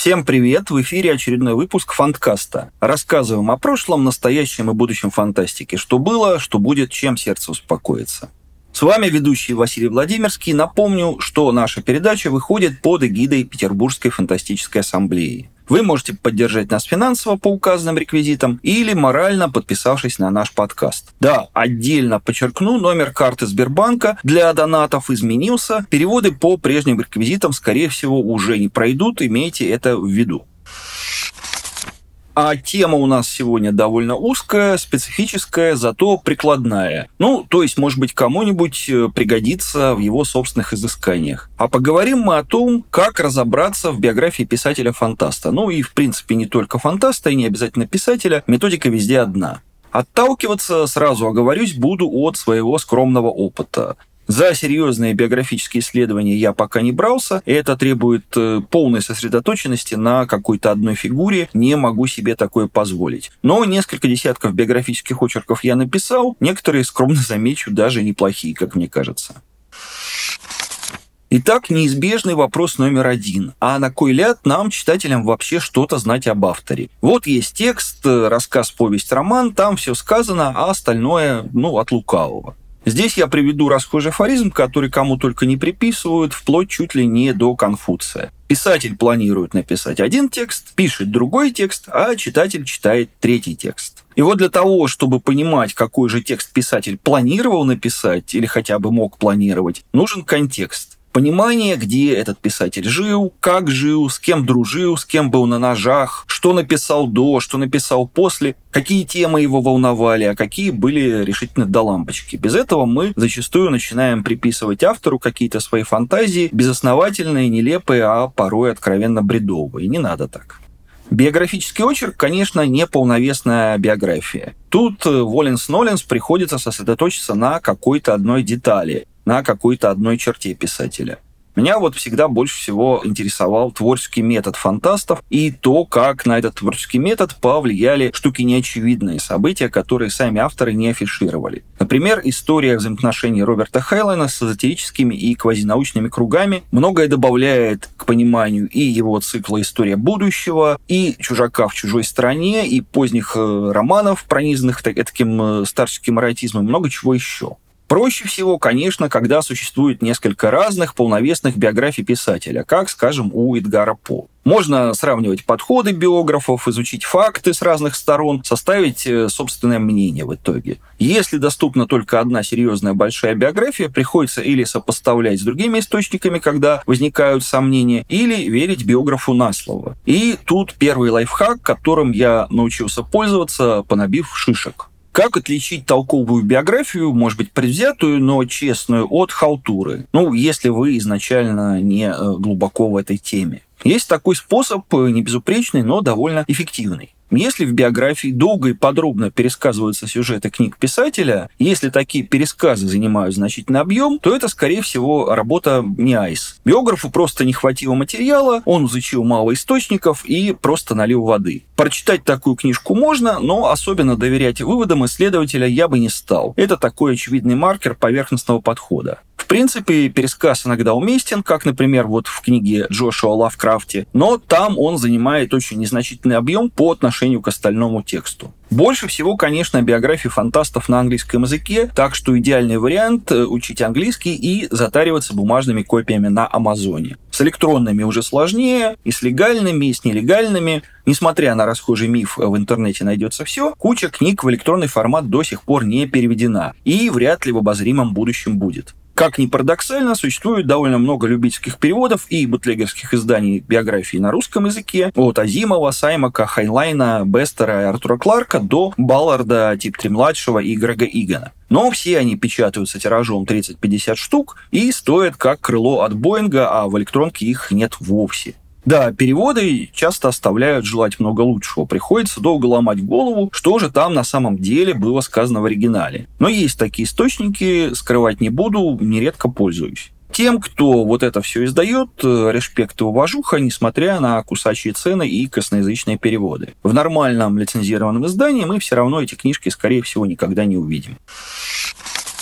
Всем привет! В эфире очередной выпуск Фанткаста. Рассказываем о прошлом, настоящем и будущем фантастики. Что было, что будет, чем сердце успокоится. С вами ведущий Василий Владимирский. Напомню, что наша передача выходит под эгидой Петербургской фантастической ассамблеи. Вы можете поддержать нас финансово по указанным реквизитам или морально подписавшись на наш подкаст. Да, отдельно подчеркну, номер карты Сбербанка для донатов изменился. Переводы по прежним реквизитам, скорее всего, уже не пройдут. Имейте это в виду. А тема у нас сегодня довольно узкая, специфическая, зато прикладная. То есть, может быть, кому-нибудь пригодится в его собственных изысканиях. А поговорим мы о том, как разобраться в биографии писателя-фантаста. И, в принципе, не только фантаста, и не обязательно писателя. Методика везде одна. Отталкиваться, сразу оговорюсь, буду от своего скромного опыта. За серьезные биографические исследования я пока не брался, и это требует полной сосредоточенности на какой-то одной фигуре, не могу себе такое позволить. Но несколько десятков биографических очерков я написал, некоторые, скромно замечу, даже неплохие, как мне кажется. Итак, неизбежный вопрос номер один. А на кой ляд нам, читателям, вообще что-то знать об авторе? Вот есть текст, рассказ, повесть, роман, там все сказано, а остальное, от лукавого. Здесь я приведу расхожий афоризм, который кому только не приписывают, вплоть чуть ли не до Конфуция. Писатель планирует написать один текст, пишет другой текст, а читатель читает третий текст. И вот для того, чтобы понимать, какой же текст писатель планировал написать или хотя бы мог планировать, нужен контекст. Понимание, где этот писатель жил, как жил, с кем дружил, с кем был на ножах, что написал до, что написал после, какие темы его волновали, а какие были решительно до лампочки. Без этого мы зачастую начинаем приписывать автору какие-то свои фантазии, безосновательные, нелепые, а порой откровенно бредовые. Не надо так. Биографический очерк, конечно, не полновесная биография. Тут воленс-ноленс приходится сосредоточиться на какой-то одной детали, на какой-то одной черте писателя. Меня всегда больше всего интересовал творческий метод фантастов и то, как на этот творческий метод повлияли штуки неочевидные, события, которые сами авторы не афишировали. Например, история взаимоотношений Роберта Хeinlein с эзотерическими и квазинаучными кругами многое добавляет к пониманию и его цикла «История будущего», и «Чужака в чужой стране», и поздних романов, пронизанных таким старческим эротизмом, много чего еще. Проще всего, конечно, когда существует несколько разных полновесных биографий писателя, как, скажем, у Эдгара По. Можно сравнивать подходы биографов, изучить факты с разных сторон, составить собственное мнение в итоге. Если доступна только одна серьезная большая биография, приходится или сопоставлять с другими источниками, когда возникают сомнения, или верить биографу на слово. И тут первый лайфхак, которым я научился пользоваться, понабив шишек. Как отличить толковую биографию, может быть, предвзятую, но честную, от халтуры? Если вы изначально не глубоко в этой теме. Есть такой способ, не безупречный, но довольно эффективный. Если в биографии долго и подробно пересказываются сюжеты книг писателя, если такие пересказы занимают значительный объем, то это, скорее всего, работа не айс. Биографу просто не хватило материала, он изучил мало источников и просто налил воды. Прочитать такую книжку можно, но особенно доверять выводам исследователя я бы не стал. Это такой очевидный маркер поверхностного подхода. В принципе, пересказ иногда уместен, как, например, в книге Джошуа Лавкрафте, но там он занимает очень незначительный объем по отношению к остальному тексту. Больше всего, конечно, биографий фантастов на английском языке, так что идеальный вариант — учить английский и затариваться бумажными копиями на Амазоне. С электронными уже сложнее, и с легальными, и с нелегальными. Несмотря на расхожий миф, в интернете найдется все, куча книг в электронный формат до сих пор не переведена и вряд ли в обозримом будущем будет. Как ни парадоксально, существует довольно много любительских переводов и бутлегерских изданий биографий на русском языке. От Азимова, Саймака, Хайнлайна, Бестера и Артура Кларка до Балларда, Типтри-младшего и Грега Игана. Но все они печатаются тиражом 30-50 штук и стоят как крыло от Боинга, а в электронке их нет вовсе. Да, переводы часто оставляют желать много лучшего. Приходится долго ломать голову, что же там на самом деле было сказано в оригинале. Но есть такие источники, скрывать не буду, нередко пользуюсь. Тем, кто это все издает, респект и уважуха, несмотря на кусачие цены и косноязычные переводы. В нормальном лицензированном издании мы все равно эти книжки, скорее всего, никогда не увидим.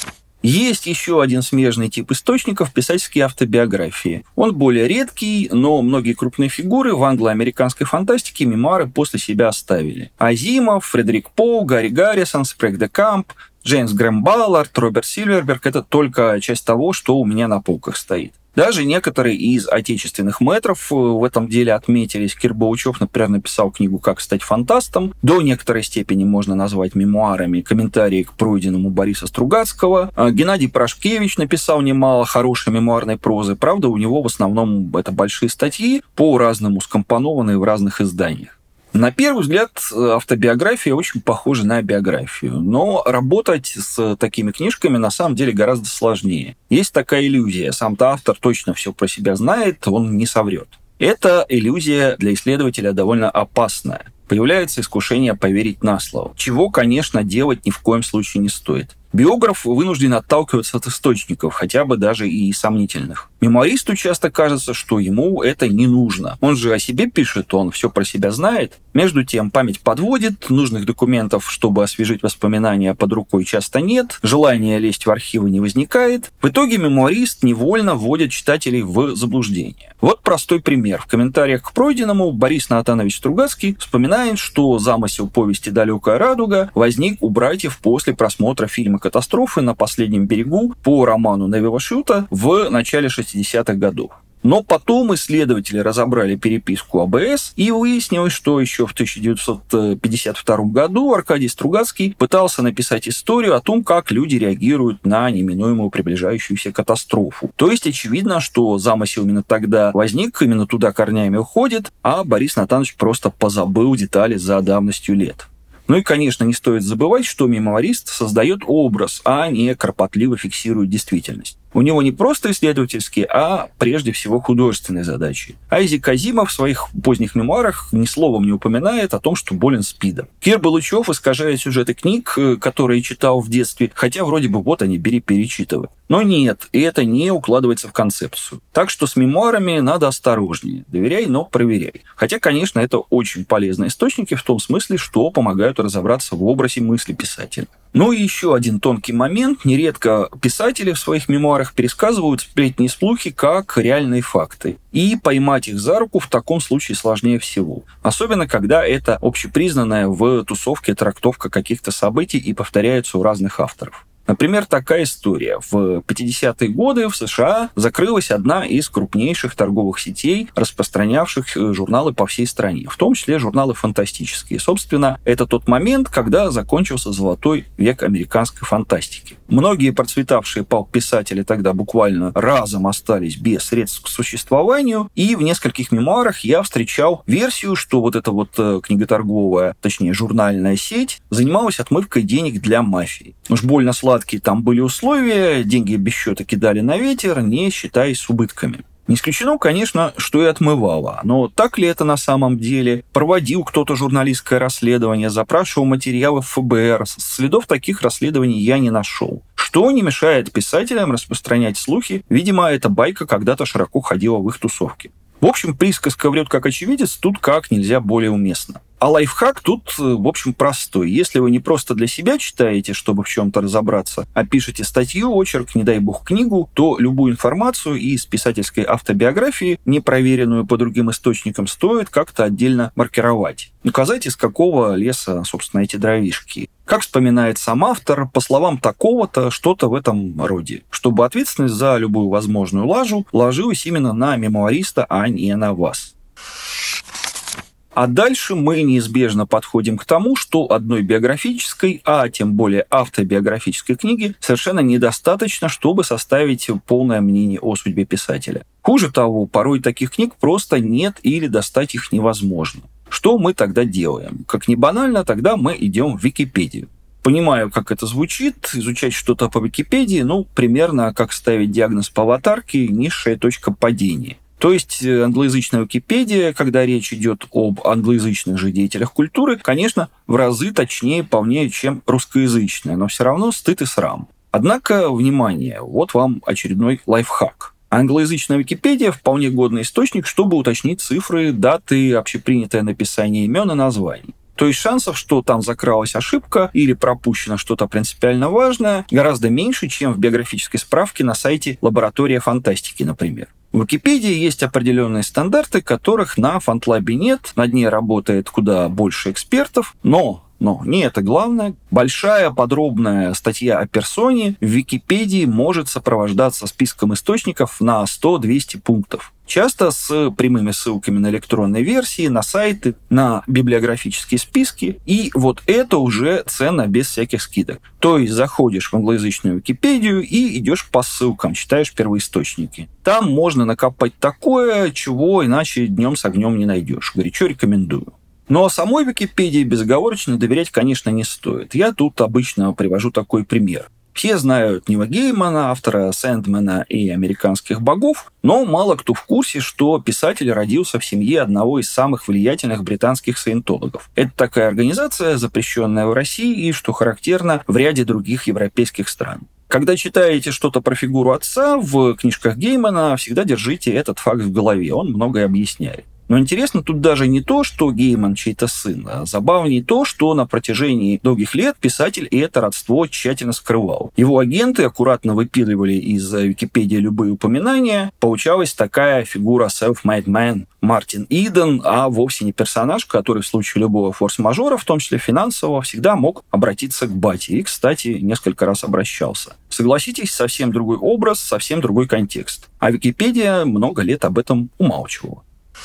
Есть еще один смежный тип источников – писательские автобиографии. Он более редкий, но многие крупные фигуры в англо-американской фантастике мемуары после себя оставили. Азимов, Фредерик Поу, Гарри Гаррисон, Спрэг де Камп, Джеймс Грэм Баллард, Роберт Сильверберг – это только часть того, что у меня на полках стоит. Даже некоторые из отечественных мэтров в этом деле отметились. Кир Баучев, например, написал книгу «Как стать фантастом». До некоторой степени можно назвать мемуарами комментарии к пройденному Бориса Стругацкого. Геннадий Прошкевич написал немало хорошей мемуарной прозы. Правда, у него в основном это большие статьи, по-разному скомпонованные в разных изданиях. На первый взгляд, автобиография очень похожа на биографию, но работать с такими книжками на самом деле гораздо сложнее. Есть такая иллюзия, сам-то автор точно все про себя знает, он не соврет. Эта иллюзия для исследователя довольно опасная. Появляется искушение поверить на слово, чего, конечно, делать ни в коем случае не стоит. Биограф вынужден отталкиваться от источников, хотя бы даже и сомнительных. Мемуаристу часто кажется, что ему это не нужно. Он же о себе пишет, он все про себя знает. Между тем, память подводит, нужных документов, чтобы освежить воспоминания, под рукой часто нет, желания лезть в архивы не возникает. В итоге мемуарист невольно вводит читателей в заблуждение. Вот простой пример. В комментариях к пройденному Борис Натанович Стругацкий вспоминает, что замысел повести «Далекая радуга» возник у братьев после просмотра фильма «Катастрофы на последнем берегу» по роману Невилла Шилта в начале 60-х годов. Но потом исследователи разобрали переписку АБС, и выяснилось, что еще в 1952 году Аркадий Стругацкий пытался написать историю о том, как люди реагируют на неминуемую приближающуюся катастрофу. То есть очевидно, что замысел именно тогда возник, именно туда корнями уходит, а Борис Натанович просто позабыл детали за давностью лет. Ну и, конечно, не стоит забывать, что мемуарист создает образ, а не кропотливо фиксирует действительность. У него не просто исследовательские, а прежде всего художественные задачи. Айзек Азимов в своих поздних мемуарах ни словом не упоминает о том, что болен СПИДом. Кир Балучев искажает сюжеты книг, которые читал в детстве, хотя вроде бы вот они, бери, перечитывай. Но нет, и это не укладывается в концепцию. Так что с мемуарами надо осторожнее. Доверяй, но проверяй. Хотя, конечно, это очень полезные источники в том смысле, что помогают разобраться в образе мысли писателя. Ну и еще один тонкий момент. Нередко писатели в своих мемуарах пересказывают сплетни и слухи как реальные факты. И поймать их за руку в таком случае сложнее всего. Особенно, когда это общепризнанная в тусовке трактовка каких-то событий и повторяется у разных авторов. Например, такая история. В 50-е годы в США закрылась одна из крупнейших торговых сетей, распространявших журналы по всей стране, в том числе журналы фантастические. Собственно, это тот момент, когда закончился золотой век американской фантастики. Многие процветавшие палп-писатели тогда буквально разом остались без средств к существованию, и в нескольких мемуарах я встречал версию, что вот эта вот книготорговая, точнее журнальная сеть, занималась отмывкой денег для мафии. Уж больно сладкие там были условия, деньги без счета кидали на ветер, не считаясь с убытками. Не исключено, конечно, что и отмывало. Но так ли это на самом деле? Проводил кто-то журналистское расследование, запрашивал материалы в ФБР. Следов таких расследований я не нашел. Что не мешает писателям распространять слухи? Видимо, эта байка когда-то широко ходила в их тусовке. В общем, присказка «врет как очевидец» тут как нельзя более уместно. А лайфхак тут, в общем, простой. Если вы не просто для себя читаете, чтобы в чем-то разобраться, а пишете статью, очерк, не дай бог, книгу, то любую информацию из писательской автобиографии, не проверенную по другим источникам, стоит как-то отдельно маркировать. Указать, из какого леса, собственно, эти дровишки. Как вспоминает сам автор, по словам такого-то, что-то в этом роде. Чтобы ответственность за любую возможную лажу ложилась именно на мемуариста, а не на вас. А дальше мы неизбежно подходим к тому, что одной биографической, а тем более автобиографической книги совершенно недостаточно, чтобы составить полное мнение о судьбе писателя. Хуже того, порой таких книг просто нет или достать их невозможно. Что мы тогда делаем? Как ни банально, тогда мы идем в Википедию. Понимаю, как это звучит, изучать что-то по Википедии, примерно как ставить диагноз по аватарке «низшая точка падения». То есть англоязычная Википедия, когда речь идет об англоязычных же деятелях культуры, конечно, в разы точнее, полнее, чем русскоязычная, но все равно стыд и срам. Однако, внимание, вот вам очередной лайфхак. Англоязычная Википедия – вполне годный источник, чтобы уточнить цифры, даты, общепринятое написание имен и названий. То есть шансов, что там закралась ошибка или пропущено что-то принципиально важное, гораздо меньше, чем в биографической справке на сайте «Лаборатория фантастики», например. В Википедии есть определенные стандарты, которых на FontLab нет. Над ней работает куда больше экспертов, но не это главное. Большая подробная статья о персоне в Википедии может сопровождаться списком источников на 100-200 пунктов. Часто с прямыми ссылками на электронные версии, на сайты, на библиографические списки. И вот это уже ценно без всяких скидок. То есть заходишь в англоязычную Википедию и идешь по ссылкам, читаешь первоисточники. Там можно накопать такое, чего иначе днем с огнем не найдешь. Горячо рекомендую. Но самой Википедии безоговорочно доверять, конечно, не стоит. Я тут обычно привожу такой пример. Все знают Нила Геймана, автора «Сэндмена» и «Американских богов», но мало кто в курсе, что писатель родился в семье одного из самых влиятельных британских саентологов. Это такая организация, запрещенная в России и, что характерно, в ряде других европейских стран. Когда читаете что-то про фигуру отца в книжках Геймана, всегда держите этот факт в голове, он многое объясняет. Но интересно тут даже не то, что Гейман чей-то сын, а забавнее то, что на протяжении долгих лет писатель это родство тщательно скрывал. Его агенты аккуратно выпиливали из Википедии любые упоминания. Получалась такая фигура self-made man Мартин Иден, а вовсе не персонаж, который в случае любого форс-мажора, в том числе финансового, всегда мог обратиться к бате. И, кстати, несколько раз обращался. Согласитесь, совсем другой образ, совсем другой контекст. А Википедия много лет об этом умалчивала.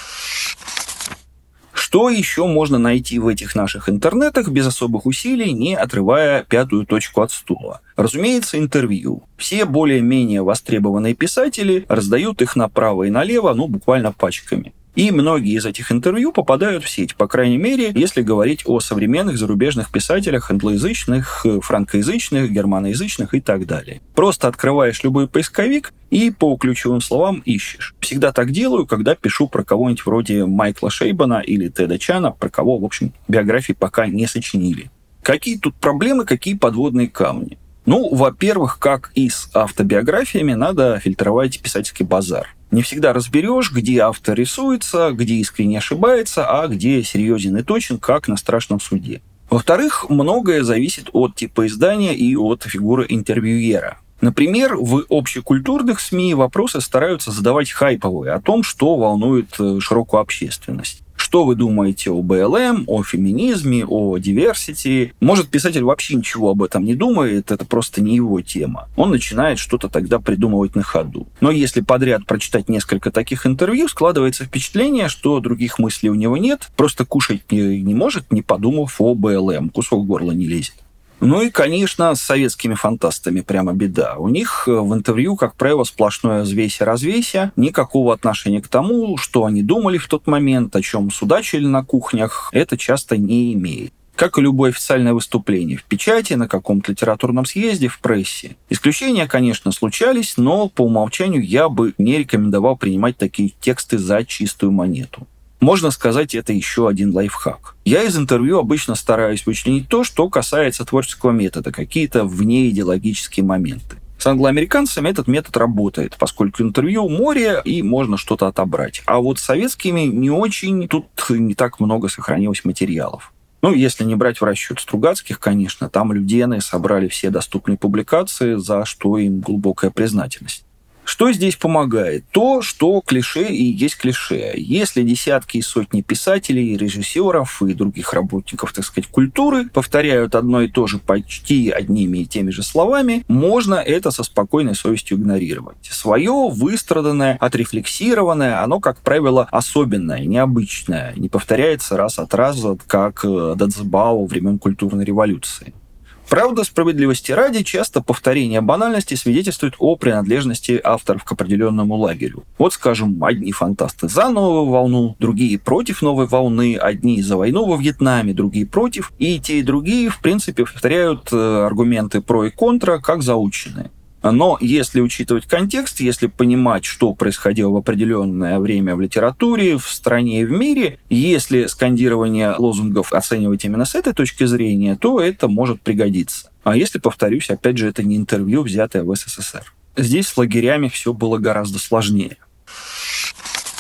Что еще можно найти в этих наших интернетах без особых усилий, не отрывая пятую точку от стула? Разумеется, интервью. Все более-менее востребованные писатели раздают их направо и налево, буквально пачками. И многие из этих интервью попадают в сеть, по крайней мере, если говорить о современных зарубежных писателях, англоязычных, франкоязычных, германоязычных и так далее. Просто открываешь любой поисковик и по ключевым словам ищешь. Всегда так делаю, когда пишу про кого-нибудь вроде Майкла Шейбана или Теда Чана, про кого, в общем, биографии пока не сочинили. Какие тут проблемы, какие подводные камни? Во-первых, как и с автобиографиями, надо фильтровать писательский базар. Не всегда разберешь, где автор рисуется, где искренне ошибается, а где серьезен и точен, как на страшном суде. Во-вторых, многое зависит от типа издания и от фигуры интервьюера. Например, в общекультурных СМИ вопросы стараются задавать хайповые, о том, что волнует широкую общественность. Что вы думаете о БЛМ, о феминизме, о диверсити? Может, писатель вообще ничего об этом не думает, это просто не его тема. Он начинает что-то тогда придумывать на ходу. Но если подряд прочитать несколько таких интервью, складывается впечатление, что других мыслей у него нет, просто кушать не может, не подумав о БЛМ, кусок горла не лезет. И, конечно, с советскими фантастами прямо беда. У них в интервью, как правило, сплошное взвейся-развейся, никакого отношения к тому, что они думали в тот момент, о чем судачили на кухнях, это часто не имеет. Как и любое официальное выступление в печати, на каком-то литературном съезде, в прессе. Исключения, конечно, случались, но по умолчанию я бы не рекомендовал принимать такие тексты за чистую монету. Можно сказать, это еще один лайфхак. Я из интервью обычно стараюсь вычленить то, что касается творческого метода, какие-то внеидеологические моменты. С англоамериканцами этот метод работает, поскольку интервью море, и можно что-то отобрать. А вот с советскими не очень, тут не так много сохранилось материалов. Если не брать в расчет Стругацких, конечно, там людены собрали все доступные публикации, за что им глубокая признательность. Что здесь помогает? То, что клише и есть клише. Если десятки и сотни писателей, режиссеров и других работников, культуры повторяют одно и то же почти одними и теми же словами, можно это со спокойной совестью игнорировать. Свое, выстраданное, отрефлексированное, оно, как правило, особенное, необычное, не повторяется раз от раза, как Дадзебао времен культурной революции. Правда, справедливости ради, часто повторение банальности свидетельствует о принадлежности авторов к определенному лагерю. Скажем, одни фантасты за новую волну, другие против новой волны, одни за войну во Вьетнаме, другие против, и те, и другие, в принципе, повторяют аргументы про и контра как заученные. Но если учитывать контекст, если понимать, что происходило в определенное время в литературе, в стране и в мире, если скандирование лозунгов оценивать именно с этой точки зрения, то это может пригодиться. А если, повторюсь, опять же, это не интервью, взятое в СССР. Здесь с лагерями все было гораздо сложнее.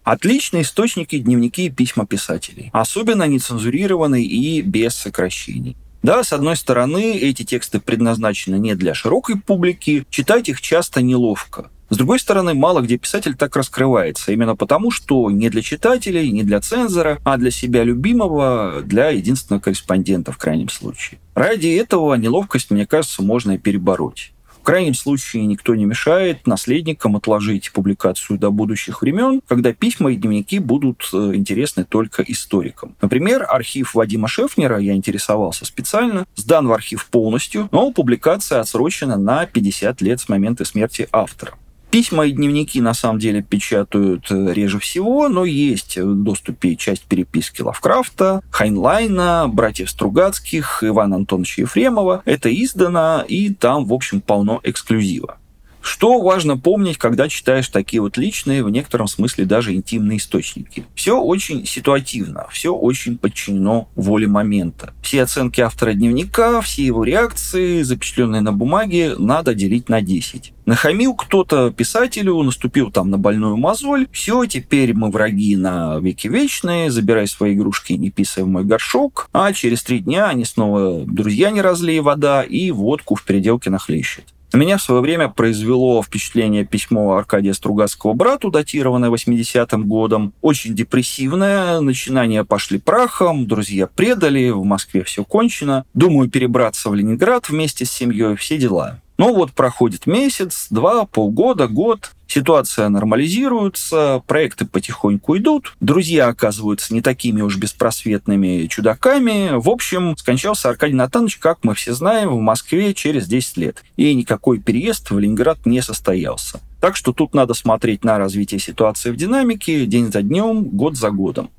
Отличные источники — дневники и письма писателей, особенно нецензурированные и без сокращений. Да, с одной стороны, эти тексты предназначены не для широкой публики, читать их часто неловко. С другой стороны, мало где писатель так раскрывается, именно потому, что не для читателей, не для цензора, а для себя любимого, для единственного корреспондента в крайнем случае. Ради этого неловкость, мне кажется, можно и перебороть. В крайнем случае никто не мешает наследникам отложить публикацию до будущих времен, когда письма и дневники будут интересны только историкам. Например, архив Вадима Шефнера, я интересовался специально, сдан в архив полностью, но публикация отсрочена на 50 лет с момента смерти автора. Письма и дневники на самом деле печатают реже всего, но есть в доступе часть переписки Лавкрафта, Хайнлайна, братьев Стругацких, Ивана Антоновича Ефремова. Это издано, и там, в общем, полно эксклюзива. Что важно помнить, когда читаешь такие вот личные, в некотором смысле даже интимные источники? Все очень ситуативно, все очень подчинено воле момента. Все оценки автора дневника, все его реакции, запечатленные на бумаге, надо делить на 10. Нахамил кто-то писателю, наступил там на больную мозоль, все, теперь мы враги на веки вечные, забирай свои игрушки и не писай в мой горшок, а через 3 дня они снова друзья не разлей вода и водку в переделке нахлещет. На меня в свое время произвело впечатление письмо Аркадия Стругацкого брату, датированное 80-м годом. Очень депрессивное, начинания пошли прахом, друзья предали, в Москве все кончено. Думаю перебраться в Ленинград вместе с семьей, все дела. Но вот проходит месяц, 2, полгода, год, ситуация нормализируется, проекты потихоньку идут, друзья оказываются не такими уж беспросветными чудаками. В общем, скончался Аркадий Натанович, как мы все знаем, в Москве через 10 лет. И никакой переезд в Ленинград не состоялся. Так что тут надо смотреть на развитие ситуации в динамике день за днем, год за годом.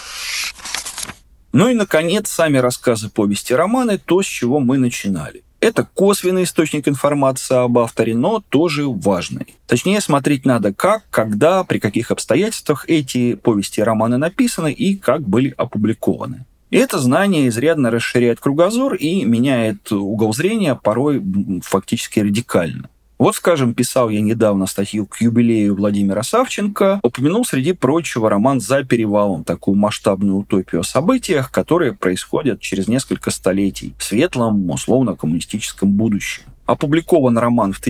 Ну и, наконец, сами рассказы, повести, романы, то, с чего мы начинали. Это косвенный источник информации об авторе, но тоже важный. Точнее, смотреть надо как, когда, при каких обстоятельствах эти повести и романы написаны и как были опубликованы. И это знание изрядно расширяет кругозор и меняет угол зрения порой фактически радикально. Вот, скажем, писал я недавно статью к юбилею Владимира Савченко, упомянул, среди прочего, роман «За перевалом», такую масштабную утопию о событиях, которые происходят через несколько столетий в светлом, условно-коммунистическом будущем. Опубликован роман в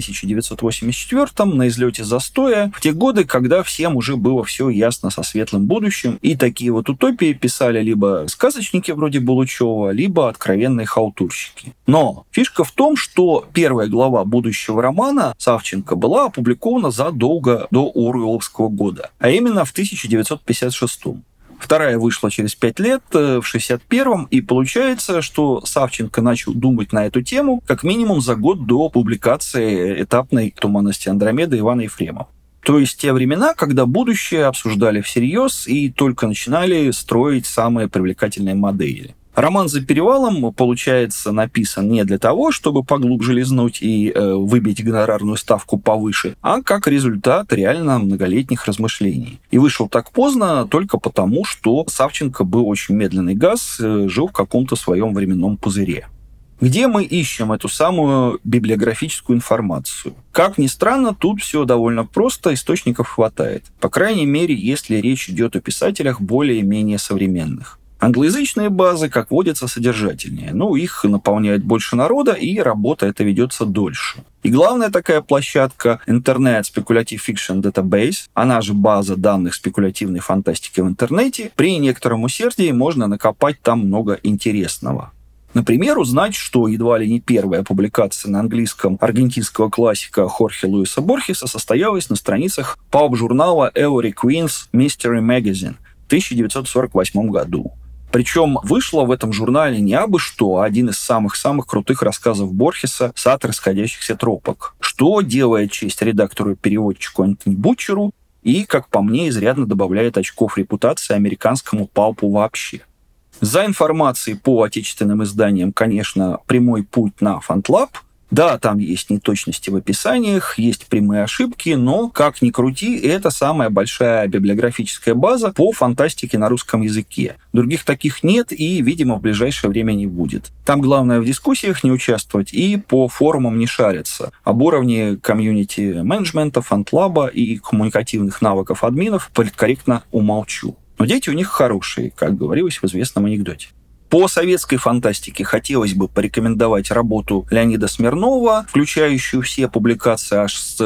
1984-м, на излете застоя, в те годы, когда всем уже было все ясно со светлым будущим, и такие вот утопии писали либо сказочники вроде Булычева, либо откровенные халтурщики. Но фишка в том, что первая глава будущего романа Савченко была опубликована задолго до Оруэлловского года, а именно в 1956-м. Вторая вышла через 5 лет, в 61-м, и получается, что Савченко начал думать на эту тему как минимум за год до публикации этапной «Туманности Андромеды» Ивана Ефремова. То есть те времена, когда будущее обсуждали всерьез и только начинали строить самые привлекательные модели. Роман «За перевалом», получается, написан не для того, чтобы поглубже лизнуть и выбить гонорарную ставку повыше, а как результат реально многолетних размышлений. И вышел так поздно только потому, что Савченко был очень медленный газ, жил в каком-то своем временном пузыре. Где мы ищем эту самую библиографическую информацию? Как ни странно, тут все довольно просто, источников хватает. По крайней мере, если речь идет о писателях более-менее современных. Англоязычные базы, как водится, содержательнее. Их наполняет больше народа, и работа эта ведется дольше. И главная такая площадка — Internet Speculative Fiction Database, она же база данных спекулятивной фантастики в интернете. При некотором усердии можно накопать там много интересного. Например, узнать, что едва ли не первая публикация на английском аргентинского классика Хорхе Луиса Борхеса состоялась на страницах палп-журнала Ellery Queen's Mystery Magazine в 1948 году. Причем вышло в этом журнале не абы что, а один из самых-самых крутых рассказов Борхеса «Сад расходящихся тропок», что делает честь редактору и переводчику Энтони Бутчеру и, как по мне, изрядно добавляет очков репутации американскому палпу вообще. За информацией по отечественным изданиям, конечно, прямой путь на FontLab, Да, там есть неточности в описаниях, есть прямые ошибки, но, как ни крути, это самая большая библиографическая база по фантастике на русском языке. Других таких нет и, видимо, в ближайшее время не будет. Там главное в дискуссиях не участвовать и по форумам не шариться. Об уровне комьюнити-менеджмента, фантлаба и коммуникативных навыков админов политкорректно умолчу. Но дети у них хорошие, как говорилось в известном анекдоте. По советской фантастике хотелось бы порекомендовать работу Леонида Смирнова, включающую все публикации аж с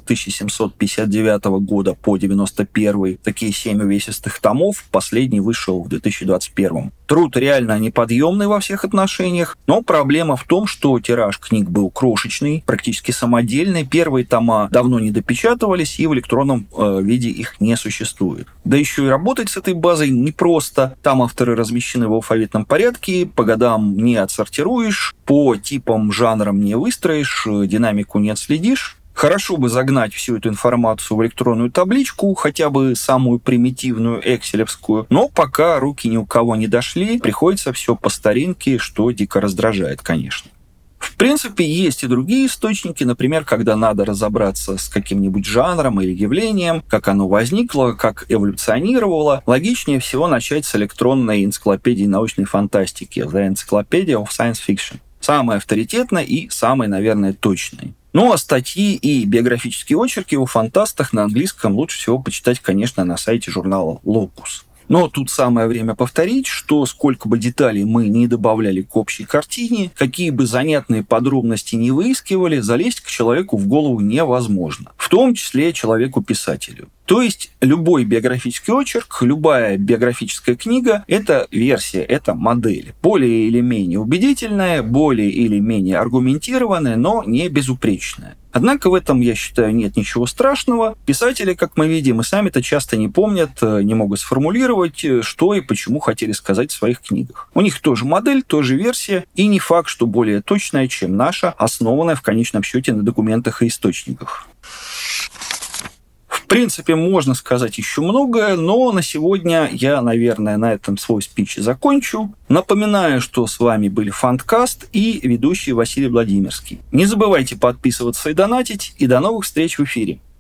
1759 года по 91, такие 7 увесистых томов, последний вышел в 2021. Труд реально неподъемный во всех отношениях, но проблема в том, что тираж книг был крошечный, практически самодельный, первые тома давно не допечатывались, и в электронном виде их не существует. Да еще и работать с этой базой непросто. Там авторы размещены в алфавитном порядке, по годам не отсортируешь, по типам, жанрам не выстроишь, динамику не отследишь. Хорошо бы загнать всю эту информацию в электронную табличку, хотя бы самую примитивную, экселевскую, но пока руки ни у кого не дошли, приходится все по старинке, что дико раздражает, конечно. В принципе, есть и другие источники, например, когда надо разобраться с каким-нибудь жанром или явлением, как оно возникло, как эволюционировало. Логичнее всего начать с электронной энциклопедии научной фантастики, The Encyclopedia of Science Fiction. Самой авторитетной и самой, наверное, точной. Ну, а статьи и биографические очерки о фантастах на английском лучше всего почитать, конечно, на сайте журнала Locus. Но тут самое время повторить, что сколько бы деталей мы не добавляли к общей картине, какие бы занятные подробности не выискивали, залезть к человеку в голову невозможно. В том числе человеку-писателю. То есть любой биографический очерк, любая биографическая книга – это версия, это модель. Более или менее убедительная, более или менее аргументированная, но не безупречная. Однако в этом, я считаю, нет ничего страшного. Писатели, как мы видим, и сами-то часто не помнят, не могут сформулировать, что и почему хотели сказать в своих книгах. У них тоже модель, тоже версия, и не факт, что более точная, чем наша, основанная в конечном счете на документах и источниках. В принципе, можно сказать еще многое, но на сегодня я, наверное, на этом свой спич закончу. Напоминаю, что с вами были Фанткаст и ведущий Василий Владимирский. Не забывайте подписываться и донатить, и до новых встреч в эфире.